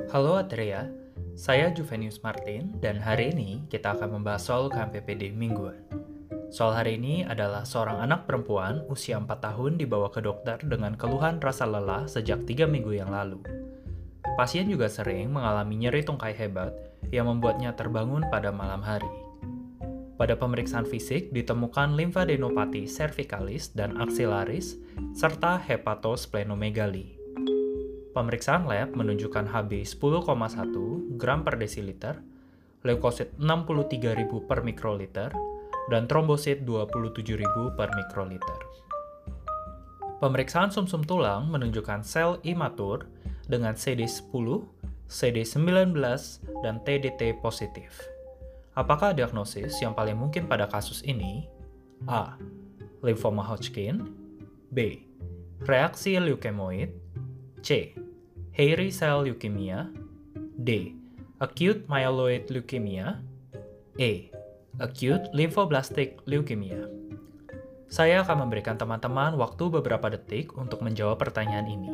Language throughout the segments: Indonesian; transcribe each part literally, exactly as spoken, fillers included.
Halo Atria, saya Juvenius Martin dan hari ini kita akan membahas soal K M P P D mingguan. Soal hari ini adalah seorang anak perempuan usia empat tahun dibawa ke dokter dengan keluhan rasa lelah sejak tiga minggu yang lalu. Pasien juga sering mengalami nyeri tungkai hebat yang membuatnya terbangun pada malam hari. Pada pemeriksaan fisik ditemukan limfadenopati cervicalis dan axillaris serta hepatosplenomegali. Pemeriksaan lab menunjukkan H b sepuluh koma satu gram per desiliter, leukosit enam puluh tiga ribu per mikroliter, dan trombosit dua puluh tujuh ribu per mikroliter. Pemeriksaan sumsum tulang menunjukkan sel imatur dengan C D sepuluh, C D sembilan belas, dan T D T positif. Apakah diagnosis yang paling mungkin pada kasus ini? A. Limfoma Hodgkin. B. Reaksi leukemoid. C. Hairy cell leukemia. D. Acute myeloid leukemia. E. Acute lymphoblastic leukemia. Saya akan memberikan teman-teman waktu beberapa detik untuk menjawab pertanyaan ini.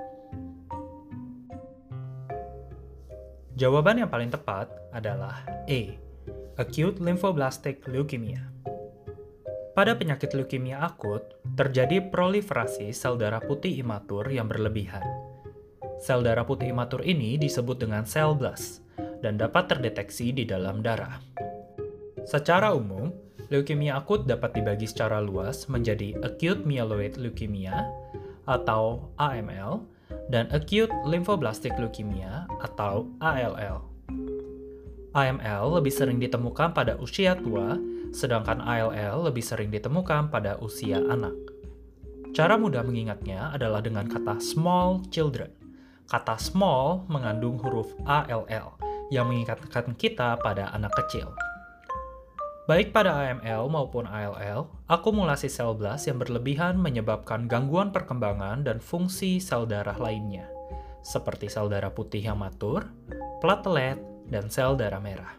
Jawaban yang paling tepat adalah E. Acute lymphoblastic leukemia. Pada penyakit leukemia akut, terjadi proliferasi sel darah putih imatur yang berlebihan. Sel darah putih imatur ini disebut dengan sel blast dan dapat terdeteksi di dalam darah. Secara umum, leukemia akut dapat dibagi secara luas menjadi acute myeloid leukemia atau A M L dan acute lymphoblastic leukemia atau A L L. A M L lebih sering ditemukan pada usia tua, sedangkan A L L lebih sering ditemukan pada usia anak. Cara mudah mengingatnya adalah dengan kata small children. Kata small mengandung huruf A L L yang mengingatkan kita pada anak kecil. Baik pada A M L maupun A L L, akumulasi sel blast yang berlebihan menyebabkan gangguan perkembangan dan fungsi sel darah lainnya, seperti sel darah putih yang matur, platelet, dan sel darah merah.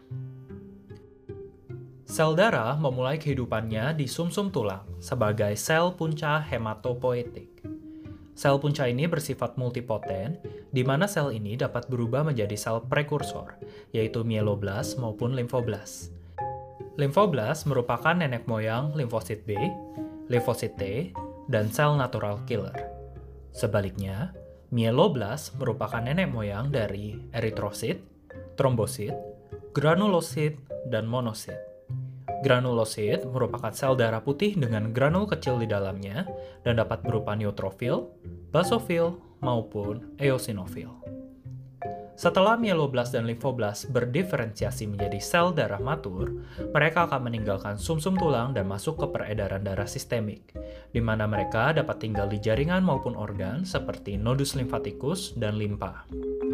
Sel darah memulai kehidupannya di sumsum tulang sebagai sel punca hematopoietik. Sel punca ini bersifat multipoten, di mana sel ini dapat berubah menjadi sel prekursor, yaitu mieloblas maupun limfoblas. Limfoblas merupakan nenek moyang limfosit B, limfosit T, dan sel natural killer. Sebaliknya, mieloblas merupakan nenek moyang dari eritrosit, trombosit, granulosit, dan monosit. Granulosit merupakan sel darah putih dengan granul kecil di dalamnya dan dapat berupa neutrofil, basofil, maupun eosinofil. Setelah mieloblas dan limfoblas berdiferensiasi menjadi sel darah matur, mereka akan meninggalkan sumsum tulang dan masuk ke peredaran darah sistemik, di mana mereka dapat tinggal di jaringan maupun organ seperti nodus limfatikus dan limpa.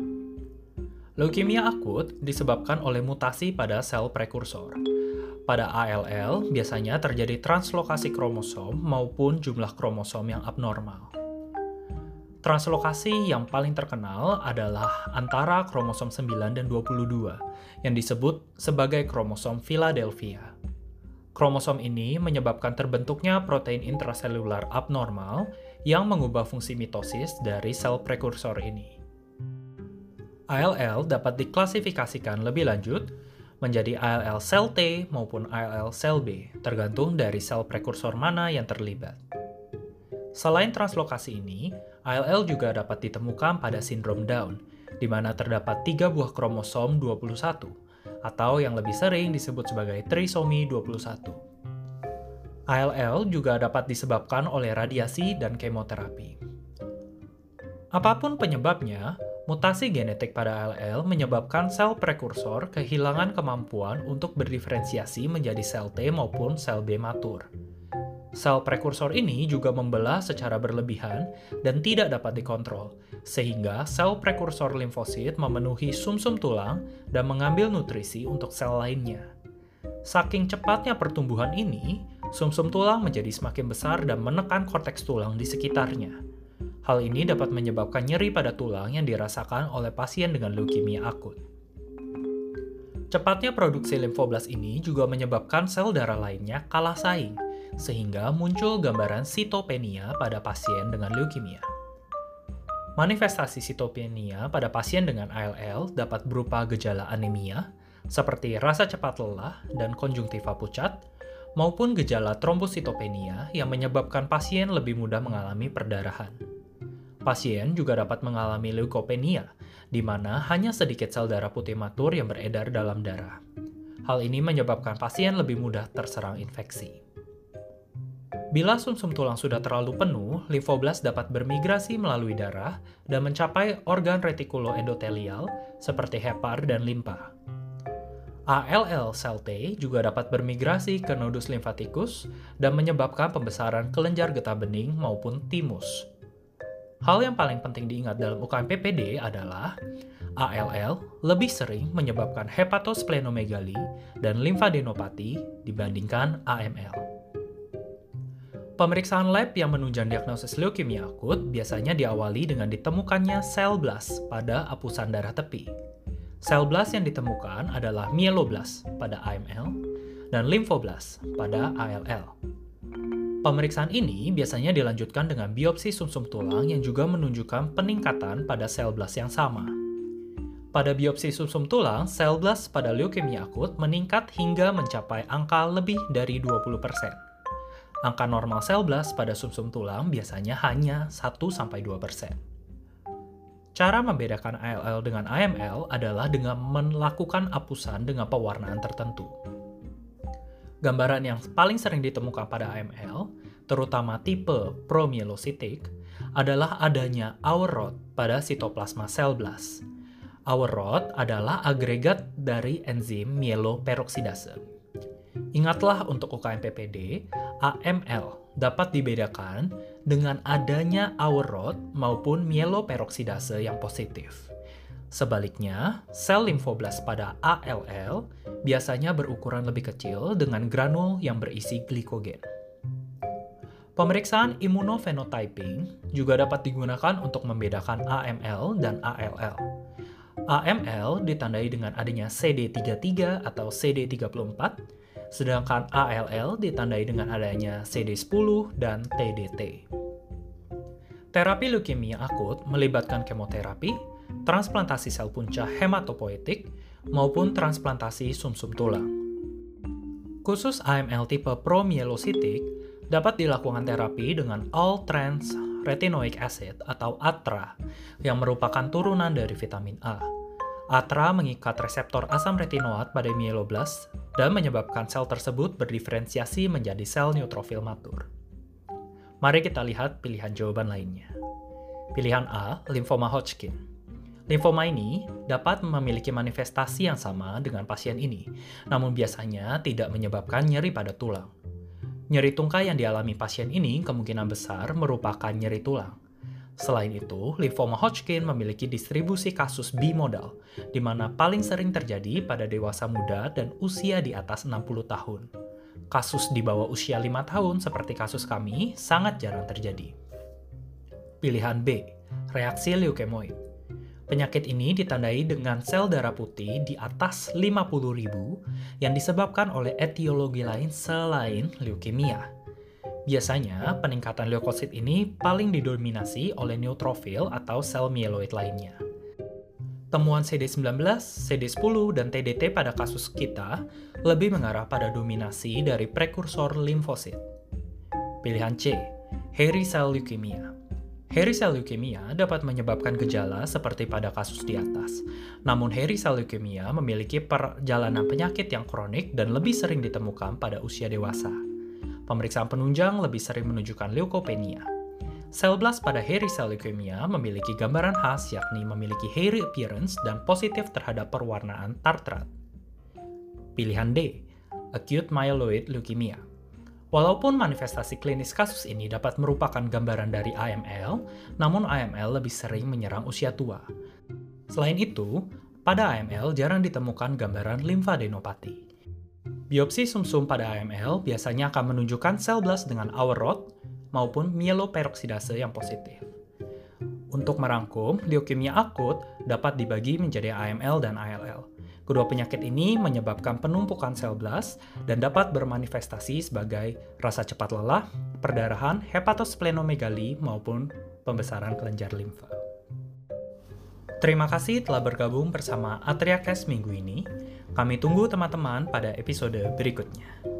Leukemia akut disebabkan oleh mutasi pada sel prekursor. Pada A L L, biasanya terjadi translokasi kromosom maupun jumlah kromosom yang abnormal. Translokasi yang paling terkenal adalah antara kromosom sembilan dan dua puluh dua, yang disebut sebagai kromosom Philadelphia. Kromosom ini menyebabkan terbentuknya protein intraselular abnormal yang mengubah fungsi mitosis dari sel prekursor ini. A L L dapat diklasifikasikan lebih lanjut menjadi A L L sel T maupun A L L sel B, tergantung dari sel prekursor mana yang terlibat. Selain translokasi ini, A L L juga dapat ditemukan pada sindrom Down, di mana terdapat tiga buah kromosom dua puluh satu, atau yang lebih sering disebut sebagai trisomi dua puluh satu. A L L juga dapat disebabkan oleh radiasi dan kemoterapi. Apapun penyebabnya, mutasi genetik pada A L L menyebabkan sel prekursor kehilangan kemampuan untuk berdiferensiasi menjadi sel T maupun sel B matur. Sel prekursor ini juga membelah secara berlebihan dan tidak dapat dikontrol, sehingga sel prekursor limfosit memenuhi sumsum tulang dan mengambil nutrisi untuk sel lainnya. Saking cepatnya pertumbuhan ini, sumsum tulang menjadi semakin besar dan menekan korteks tulang di sekitarnya. Hal ini dapat menyebabkan nyeri pada tulang yang dirasakan oleh pasien dengan leukemia akut. Cepatnya produksi limfoblas ini juga menyebabkan sel darah lainnya kalah saing, sehingga muncul gambaran sitopenia pada pasien dengan leukemia. Manifestasi sitopenia pada pasien dengan A L L dapat berupa gejala anemia, seperti rasa cepat lelah dan konjungtiva pucat, maupun gejala trombositopenia yang menyebabkan pasien lebih mudah mengalami perdarahan. Pasien juga dapat mengalami leukopenia, di mana hanya sedikit sel darah putih matur yang beredar dalam darah. Hal ini menyebabkan pasien lebih mudah terserang infeksi. Bila sumsum tulang sudah terlalu penuh, limfoblas dapat bermigrasi melalui darah dan mencapai organ retikuloendotelial seperti hepar dan limpa. A L L sel T juga dapat bermigrasi ke nodus limfatikus dan menyebabkan pembesaran kelenjar getah bening maupun timus. Hal yang paling penting diingat dalam U K M P P D adalah A L L lebih sering menyebabkan hepatosplenomegali dan limfadenopati dibandingkan A M L. Pemeriksaan lab yang menunjang diagnosis leukemia akut biasanya diawali dengan ditemukannya sel blast pada apusan darah tepi. Sel blast yang ditemukan adalah mieloblast pada A M L dan limfoblast pada A L L. Pemeriksaan ini biasanya dilanjutkan dengan biopsi sumsum tulang yang juga menunjukkan peningkatan pada sel blast yang sama. Pada biopsi sumsum tulang, sel blast pada leukemia akut meningkat hingga mencapai angka lebih dari dua puluh persen. Angka normal sel blast pada sumsum tulang biasanya hanya satu sampai dua persen. Cara membedakan A L L dengan A M L adalah dengan melakukan apusan dengan pewarnaan tertentu. Gambaran yang paling sering ditemukan pada A M L, terutama tipe promyelositik, adalah adanya hour rot pada sitoplasma sel blast. Hour rot adalah agregat dari enzim mieloperoksidase. Ingatlah untuk U K M P P D, A M L dapat dibedakan dengan adanya hour rot maupun mieloperoksidase yang positif. Sebaliknya, sel limfoblast pada A L L biasanya berukuran lebih kecil dengan granul yang berisi glikogen. Pemeriksaan immunophenotyping juga dapat digunakan untuk membedakan A M L dan A L L. A M L ditandai dengan adanya C D tiga puluh tiga atau C D tiga puluh empat, sedangkan A L L ditandai dengan adanya C D sepuluh dan T D T. Terapi leukemia akut melibatkan kemoterapi, transplantasi sel punca hematopoietik, maupun transplantasi sumsum tulang. Khusus A M L tipe promyelositik dapat dilakukan terapi dengan all-trans retinoic acid atau A T R A yang merupakan turunan dari vitamin A. A T R A mengikat reseptor asam retinoat pada mieloblast dan menyebabkan sel tersebut berdiferensiasi menjadi sel neutrofil matur. Mari kita lihat pilihan jawaban lainnya. Pilihan A, limfoma Hodgkin. Limfoma ini dapat memiliki manifestasi yang sama dengan pasien ini, namun biasanya tidak menyebabkan nyeri pada tulang. Nyeri tungkai yang dialami pasien ini kemungkinan besar merupakan nyeri tulang. Selain itu, limfoma Hodgkin memiliki distribusi kasus bimodal, di mana paling sering terjadi pada dewasa muda dan usia di atas enam puluh tahun. Kasus di bawah usia lima tahun seperti kasus kami sangat jarang terjadi. Pilihan B, reaksi leukemoid. Penyakit ini ditandai dengan sel darah putih di atas lima puluh ribu yang disebabkan oleh etiologi lain selain leukemia. Biasanya, peningkatan leukosit ini paling didominasi oleh neutrofil atau sel mieloid lainnya. Temuan C D sembilan belas, C D sepuluh, dan T D T pada kasus kita lebih mengarah pada dominasi dari prekursor limfosit. Pilihan C, hairy cell leukemia. Hairy cell leukemia dapat menyebabkan gejala seperti pada kasus di atas. Namun hairy cell leukemia memiliki perjalanan penyakit yang kronik dan lebih sering ditemukan pada usia dewasa. Pemeriksaan penunjang lebih sering menunjukkan leukopenia. Sel blast pada hairy cell leukemia memiliki gambaran khas yakni memiliki hairy appearance dan positif terhadap perwarnaan tartrat. Pilihan D, acute myeloid leukemia. Walaupun manifestasi klinis kasus ini dapat merupakan gambaran dari A M L, namun A M L lebih sering menyerang usia tua. Selain itu, pada A M L jarang ditemukan gambaran limfadenopati. Biopsi sumsum pada A M L biasanya akan menunjukkan sel blast dengan hour rot maupun mieloperoksidase yang positif. Untuk merangkum, leukemia akut dapat dibagi menjadi A M L dan A L L. Kedua penyakit ini menyebabkan penumpukan sel blast dan dapat bermanifestasi sebagai rasa cepat lelah, perdarahan, hepatosplenomegali, maupun pembesaran kelenjar limfa. Terima kasih telah bergabung bersama Atria Cast minggu ini. Kami tunggu teman-teman pada episode berikutnya.